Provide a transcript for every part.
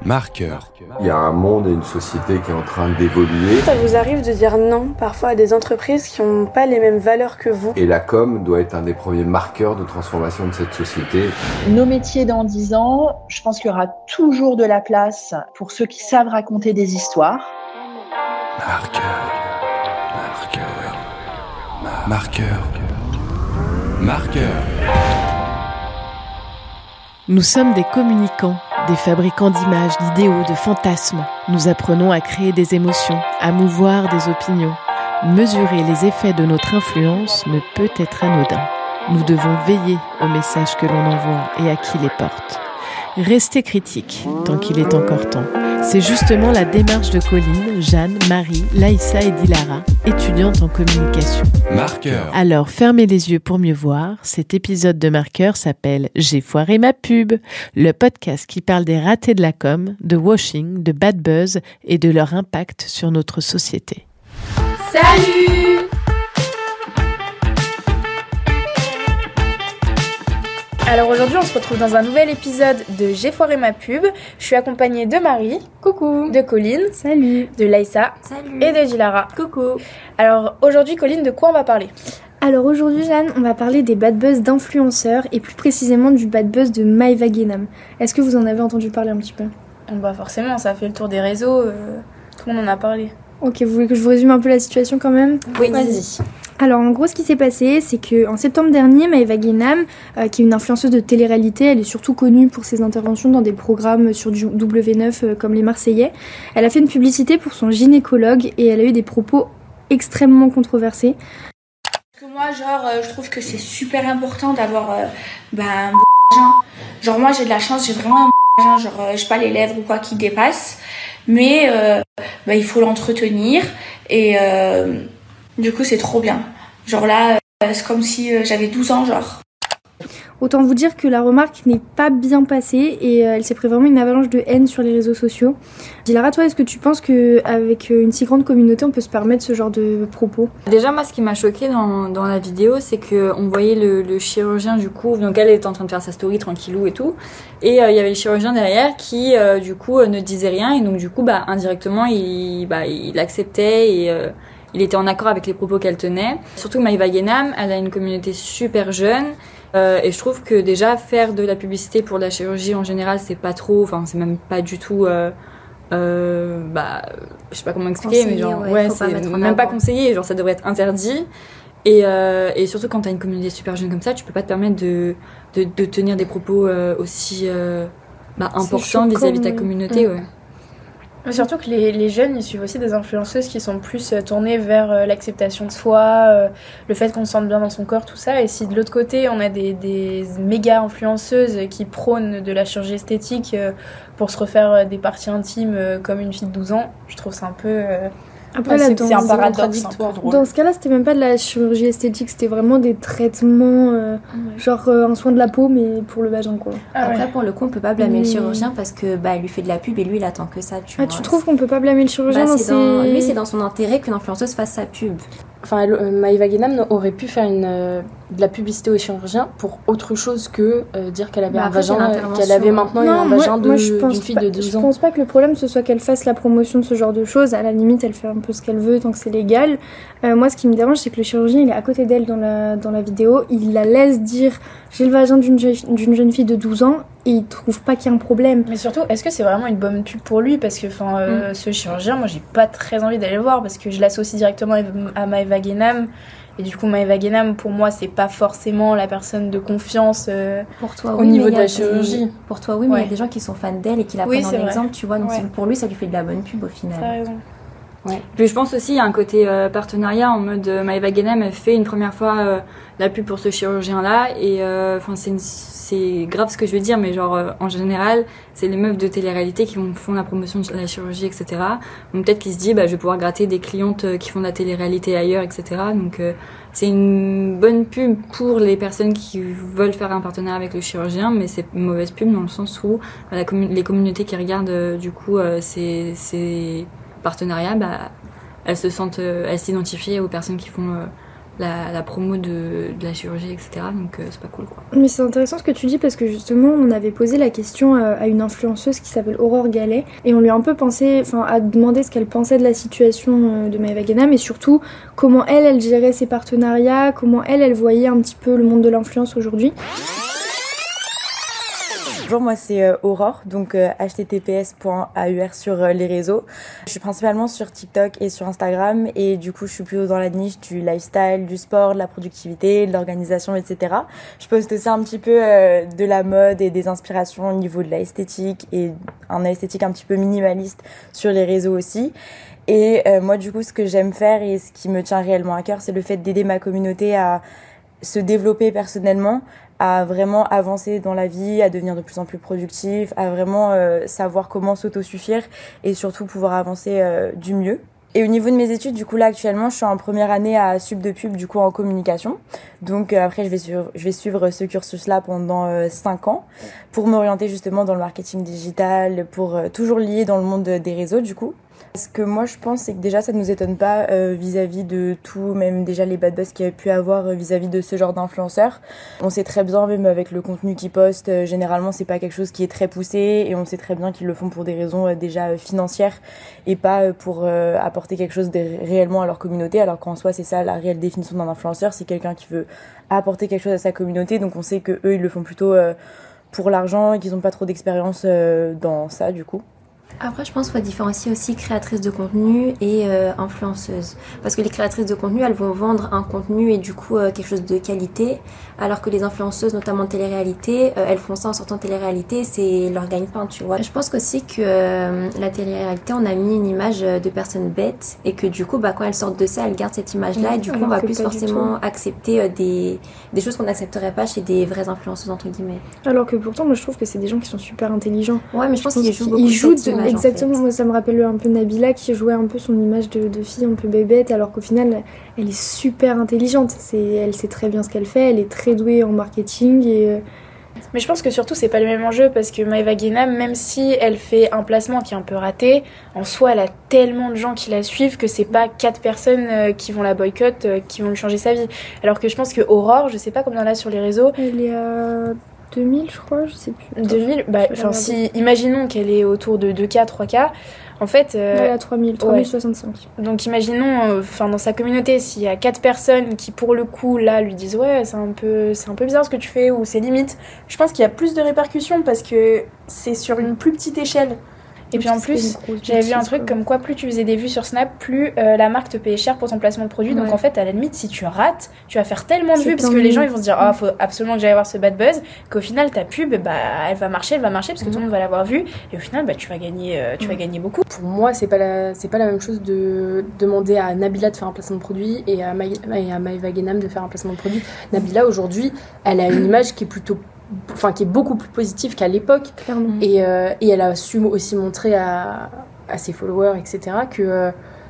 Marqueur. Il y a un monde et une société qui est en train d'évoluer. Ça vous arrive de dire non parfois à des entreprises qui n'ont pas les mêmes valeurs que vous? Et la com doit être un des premiers marqueurs de transformation de cette société. Nos métiers dans 10 ans, je pense qu'il y aura toujours de la place pour ceux qui savent raconter des histoires. Marqueur. Marqueur. Marqueur. Marqueur. Nous sommes des communicants, des fabricants d'images, d'idéaux, de fantasmes. Nous apprenons à créer des émotions, à mouvoir des opinions. Mesurer les effets de notre influence ne peut être anodin. Nous devons veiller aux messages que l'on envoie et à qui les porte. Rester critique tant qu'il est encore temps. C'est justement la démarche de Colline, Jeanne, Marie, Laïssa et Dilara, étudiantes en communication. Marqueur. Alors, fermez les yeux pour mieux voir. Cet épisode de Marqueur s'appelle « J'ai foiré ma pub », le podcast qui parle des ratés de la com, de washing, de bad buzz et de leur impact sur notre société. Salut! Alors aujourd'hui on se retrouve dans un nouvel épisode de J'ai foiré ma pub. Je suis accompagnée de Marie. Coucou. De Colline. Salut. De Laïssa. Salut. Et de Dilara. Coucou. Alors aujourd'hui Colline, de quoi on va parler? Alors aujourd'hui Jeanne, on va parler des bad buzz d'influenceurs et plus précisément du bad buzz de Maëva Guénam. Est-ce que vous en avez entendu parler un petit peu? Bah forcément, ça a fait le tour des réseaux, tout le monde en a parlé. Ok, vous voulez que je vous résume un peu la situation quand même? Oui, vas-y. Alors en gros ce qui s'est passé c'est qu'en septembre dernier Maëva Guénam, qui est une influenceuse de télé-réalité, elle est surtout connue pour ses interventions dans des programmes sur du W9 comme les Marseillais, elle a fait une publicité pour son gynécologue et elle a eu des propos extrêmement controversés. Parce que moi je trouve que c'est super important d'avoir un vagin. Genre moi j'ai de la chance, j'ai vraiment un vagin, genre j'ai pas les lèvres ou quoi qui dépassent, mais il faut l'entretenir et du coup c'est trop bien. Genre là c'est comme si j'avais 12 ans genre. Autant vous dire que la remarque n'est pas bien passée et elle s'est pris vraiment une avalanche de haine sur les réseaux sociaux. Dilara, toi, est-ce que tu penses qu'avec une si grande communauté, on peut se permettre ce genre de propos? Déjà, moi, ce qui m'a choquée dans la vidéo, c'est qu'on voyait le chirurgien, du coup, donc elle était en train de faire sa story tranquillou et tout, et il y avait le chirurgien derrière qui, du coup, ne disait rien, et donc, du coup, indirectement, il acceptait et il était en accord avec les propos qu'elle tenait. Surtout Maëva Guénam, elle a une communauté super jeune, et je trouve que déjà faire de la publicité pour la chirurgie en général c'est pas trop, enfin c'est même pas du tout je sais pas comment expliquer, conseillé, mais genre c'est même pas conseillé, genre ça devrait être interdit. Et surtout quand t'as une communauté super jeune comme ça, tu peux pas te permettre de tenir des propos aussi importants vis-à-vis de ta communauté. Ouais. Mais surtout que les jeunes, ils suivent aussi des influenceuses qui sont plus tournées vers l'acceptation de soi, le fait qu'on se sente bien dans son corps, tout ça. Et si de l'autre côté, on a des méga influenceuses qui prônent de la chirurgie esthétique pour se refaire des parties intimes comme une fille de 12 ans, je trouve ça un peu... Après, là, c'est un paradoxe, un peu drôle. Dans ce cas-là, c'était même pas de la chirurgie esthétique, c'était vraiment des traitements, genre un soin de la peau, mais pour le vagin, quoi. Après, pour le coup, on peut pas blâmer le chirurgien parce que il lui fait de la pub et lui, il attend que ça. Tu trouves qu'on peut pas blâmer le chirurgien Lui, c'est dans son intérêt que l'influenceuse fasse sa pub. Enfin, Maëva Guénam aurait pu faire de la publicité au chirurgien pour autre chose que dire qu'elle avait un vagin, qu'elle avait maintenant un vagin d'une fille de 12 ans. Je pense pas que le problème ce soit qu'elle fasse la promotion de ce genre de choses. À la limite, elle fait un peu ce qu'elle veut tant que c'est légal. Moi, ce qui me dérange, c'est que le chirurgien, il est à côté d'elle dans la vidéo. Il la laisse dire « j'ai le vagin d'une jeune fille de 12 ans » et il trouve pas qu'il y a un problème. Mais surtout, est-ce que c'est vraiment une bonne pub pour lui? Parce que ce chirurgien, moi, j'ai pas très envie d'aller le voir parce que je l'associe directement à Maëva Guénam. Et du coup, Maëva Guénam, pour moi, c'est pas forcément la personne de confiance pour toi, au niveau de la chirurgie. Pour toi, oui, mais il y a des gens qui sont fans d'elle et qui la prennent en exemple, tu vois. Donc pour lui, ça lui fait de la bonne pub au final. T'as raison. Ouais. Puis je pense aussi il y a un côté partenariat en mode Maëva Guénam elle fait une première fois la pub pour ce chirurgien là et c'est grave ce que je veux dire mais genre en général c'est les meufs de télé-réalité qui font la promotion de la chirurgie etc. Donc peut-être qu'ils se disent je vais pouvoir gratter des clientes qui font de la télé-réalité ailleurs etc. Donc c'est une bonne pub pour les personnes qui veulent faire un partenariat avec le chirurgien mais c'est une mauvaise pub dans le sens où les communautés qui regardent du coup c'est partenariat, elles s'identifient aux personnes qui font la promo de la chirurgie, etc. Donc c'est pas cool, quoi. Mais c'est intéressant ce que tu dis parce que justement on avait posé la question à une influenceuse qui s'appelle Aurore Gallet et on lui a un peu à demander ce qu'elle pensait de la situation de Maëva Guénam et surtout comment elle gérait ses partenariats, comment elle voyait un petit peu le monde de l'influence aujourd'hui. Bonjour, moi c'est Aurore, donc https://AUR sur les réseaux. Je suis principalement sur TikTok et sur Instagram et du coup je suis plutôt dans la niche du lifestyle, du sport, de la productivité, de l'organisation, etc. Je poste aussi un petit peu de la mode et des inspirations au niveau de l'esthétique et un esthétique un petit peu minimaliste sur les réseaux aussi. Et moi du coup ce que j'aime faire et ce qui me tient réellement à cœur, c'est le fait d'aider ma communauté à se développer personnellement, à vraiment avancer dans la vie, à devenir de plus en plus productif, à vraiment savoir comment s'autosuffire et surtout pouvoir avancer du mieux. Et au niveau de mes études, du coup là actuellement, je suis en première année à Sup de Pub, du coup en communication. Donc après je vais suivre ce cursus-là pendant 5 ans pour m'orienter justement dans le marketing digital, pour toujours lier dans le monde des réseaux du coup. Ce que moi je pense, c'est que déjà ça ne nous étonne pas vis-à-vis de tout, même déjà les bad buzz qu'il y a pu avoir vis-à-vis de ce genre d'influenceurs. On sait très bien, même avec le contenu qu'ils postent, généralement c'est pas quelque chose qui est très poussé et on sait très bien qu'ils le font pour des raisons déjà financières et pas pour apporter quelque chose réellement à leur communauté, alors qu'en soi c'est ça la réelle définition d'un influenceur, c'est quelqu'un qui veut apporter quelque chose à sa communauté, donc on sait que eux ils le font plutôt pour l'argent et qu'ils ont pas trop d'expérience dans ça du coup. Après, je pense qu'il faut différencier aussi créatrices de contenu et influenceuses. Parce que les créatrices de contenu, elles vont vendre un contenu et du coup quelque chose de qualité. Alors que les influenceuses, notamment de télé-réalité, elles font ça en sortant de télé-réalité, c'est leur gagne-pain, tu vois. Je pense aussi que la télé-réalité, on a mis une image de personnes bêtes et que du coup, quand elles sortent de ça, elles gardent cette image-là et du coup, on va plus forcément accepter des choses qu'on n'accepterait pas chez des vraies influenceuses, entre guillemets. Alors que pourtant, moi je trouve que c'est des gens qui sont super intelligents. Ouais, mais je pense qu'ils jouent beaucoup cette image. Exactement, en fait. Moi ça me rappelle un peu Nabila qui jouait un peu son image de fille un peu bébête, alors qu'au final elle est super intelligente, elle sait très bien ce qu'elle fait, elle est très douée en marketing et... Mais je pense que surtout c'est pas le même enjeu parce que Maëva Guénam, même si elle fait un placement qui est un peu raté, en soi elle a tellement de gens qui la suivent que c'est pas 4 personnes qui vont la boycott, qui vont lui changer sa vie. Alors que je pense que Aurore, je sais pas combien elle a sur les réseaux. Elle est à 2000 je crois, je sais plus. 2000, si imaginons qu'elle est autour de 2K, 3K, en fait... elle est à 3065. Ouais. Donc imaginons, dans sa communauté, s'il y a 4 personnes qui pour le coup là lui disent ouais c'est un peu bizarre ce que tu fais ou c'est limite, je pense qu'il y a plus de répercussions parce que c'est sur une plus petite échelle. Et puis en plus, j'avais vu un truc comme quoi plus tu faisais des vues sur Snap, plus la marque te payait cher pour ton placement de produit. Ouais. Donc en fait, à la limite, si tu rates, tu vas faire tellement de vues parce que les gens ils vont se dire faut absolument que j'aille voir ce bad buzz, qu'au final ta pub elle va marcher parce que tout le monde va l'avoir vue et au final tu vas gagner beaucoup. Pour moi, c'est pas la même chose de demander à Nabila de faire un placement de produit et à Maëva Guénam de faire un placement de produit. Nabila aujourd'hui, elle a une image qui est beaucoup plus positive qu'à l'époque. Clairement. Et elle a su aussi montrer à ses followers, etc., que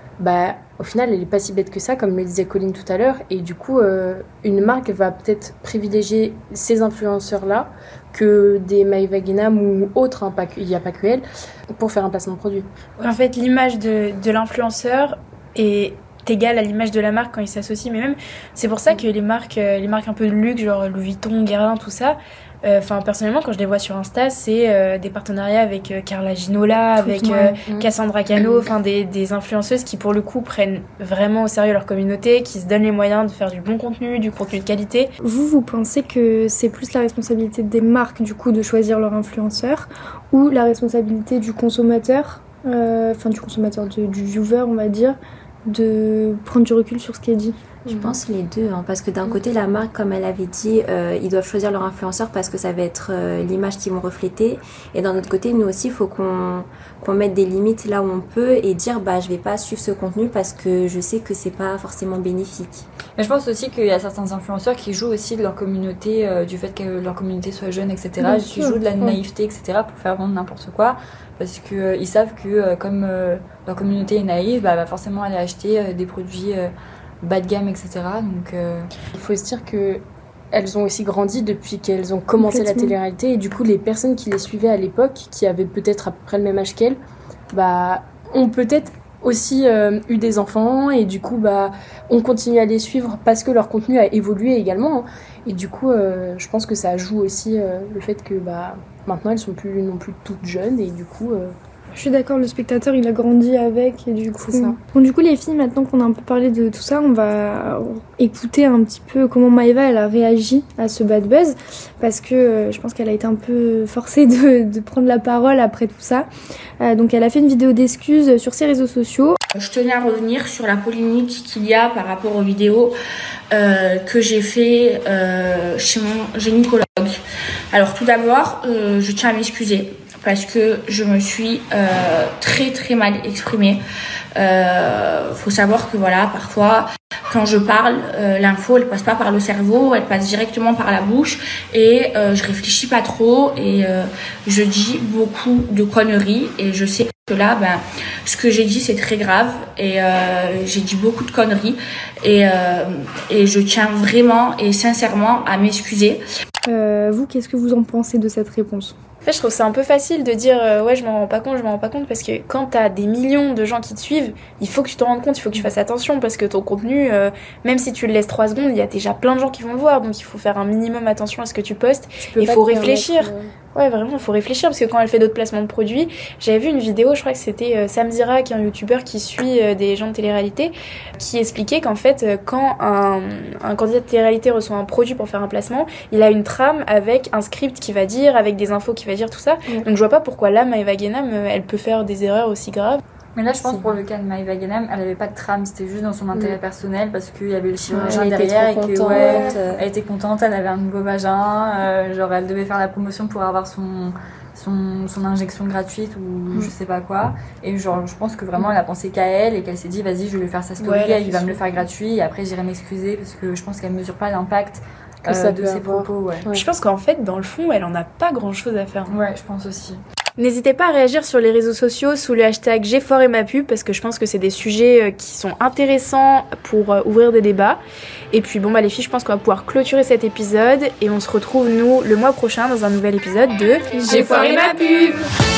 au final, elle n'est pas si bête que ça, comme le disait Colline tout à l'heure. Et du coup, une marque va peut-être privilégier ces influenceurs-là que des Maëva Guénam ou autres, il n'y a pas que elle, pour faire un placement de produit. En fait, l'image de l'influenceur est égale à l'image de la marque quand ils s'associent, mais même c'est pour ça que les marques un peu de luxe, genre Louis Vuitton, Guerlain, tout ça, personnellement quand je les vois sur Insta, c'est des partenariats avec Carla Ginola, avec Cassandra Cano, des influenceuses qui pour le coup prennent vraiment au sérieux leur communauté, qui se donnent les moyens de faire du bon contenu, du contenu de qualité. Vous pensez que c'est plus la responsabilité des marques du coup de choisir leur influenceur ou la responsabilité du consommateur, du viewer on va dire, de prendre du recul sur ce qui est dit? Je pense les deux, parce que d'un côté, la marque, comme elle avait dit, ils doivent choisir leur influenceur parce que ça va être l'image qu'ils vont refléter. Et d'un autre côté, nous aussi, il faut qu'on mette des limites là où on peut et dire je vais pas suivre ce contenu parce que je sais que c'est pas forcément bénéfique. Mais je pense aussi qu'il y a certains influenceurs qui jouent aussi de leur communauté, du fait que leur communauté soit jeune, etc. Qui jouent de la naïveté, etc. pour faire vendre n'importe quoi. Parce qu'ils savent que comme leur communauté est naïve, va forcément aller acheter des produits bas de gamme, etc. Donc, il faut se dire qu'elles ont aussi grandi depuis qu'elles ont commencé la télé-réalité. Et du coup, les personnes qui les suivaient à l'époque, qui avaient peut-être à peu près le même âge qu'elles, ont peut-être aussi eu des enfants et du coup on continue à les suivre parce que leur contenu a évolué également. Et du coup, je pense que ça joue aussi le fait que maintenant elles sont plus non plus toutes jeunes et du coup. Je suis d'accord, le spectateur il a grandi avec et du coup. C'est ça. Bon, du coup les filles, maintenant qu'on a un peu parlé de tout ça, on va écouter un petit peu comment Maëva elle a réagi à ce bad buzz parce que je pense qu'elle a été un peu forcée de prendre la parole après tout ça. Donc elle a fait une vidéo d'excuses sur ses réseaux sociaux. Je tenais à revenir sur la polémique qu'il y a par rapport aux vidéos que j'ai fait chez mon gynécologue. Alors tout d'abord, je tiens à m'excuser parce que je me suis très très mal exprimée. Faut savoir que voilà, parfois quand je parle, l'info elle passe pas par le cerveau, elle passe directement par la bouche et je réfléchis pas trop et je dis beaucoup de conneries et je sais que là ce que j'ai dit c'est très grave et j'ai dit beaucoup de conneries et je tiens vraiment et sincèrement à m'excuser. Vous, qu'est-ce que vous en pensez de cette réponse ? En fait, je trouve c'est un peu facile de dire ouais, je m'en rends pas compte parce que quand t'as des millions de gens qui te suivent, il faut que tu t'en rendes compte, il faut que tu fasses attention parce que ton contenu, même si tu le laisses 3 secondes, il y a déjà plein de gens qui vont le voir, donc il faut faire un minimum attention à ce que tu postes. Il faut réfléchir. Ouais, vraiment, il faut réfléchir parce que quand elle fait d'autres placements de produits, j'avais vu une vidéo, je crois que c'était Sam Zira, qui est un youtubeur qui suit des gens de télé-réalité, qui expliquait qu'en fait, quand un candidat de télé-réalité reçoit un produit pour faire un placement, il a une trame avec un script qui va dire, avec des infos qui va dire, tout ça. Donc je vois pas pourquoi là, Maëva Guénam, elle peut faire des erreurs aussi graves. Mais là, je pense pour le cas de Maëva Guénam, elle avait pas de trame, c'était juste dans son intérêt personnel parce qu'il y avait le chirurgien derrière et que elle était contente, elle avait un nouveau vagin, genre elle devait faire la promotion pour avoir son injection gratuite ou je sais pas quoi. Et genre, je pense que vraiment elle a pensé qu'à elle et qu'elle s'est dit vas-y, je vais lui faire sa story, elle va me le faire gratuit et après j'irai m'excuser parce que je pense qu'elle mesure pas l'impact de ses propos. Je pense qu'en fait, dans le fond, elle en a pas grand chose à faire. Ouais, je pense aussi. N'hésitez pas à réagir sur les réseaux sociaux sous le hashtag #GFortMaPub parce que je pense que c'est des sujets qui sont intéressants pour ouvrir des débats. Et puis les filles, je pense qu'on va pouvoir clôturer cet épisode et on se retrouve nous le mois prochain dans un nouvel épisode de GFortMaPub.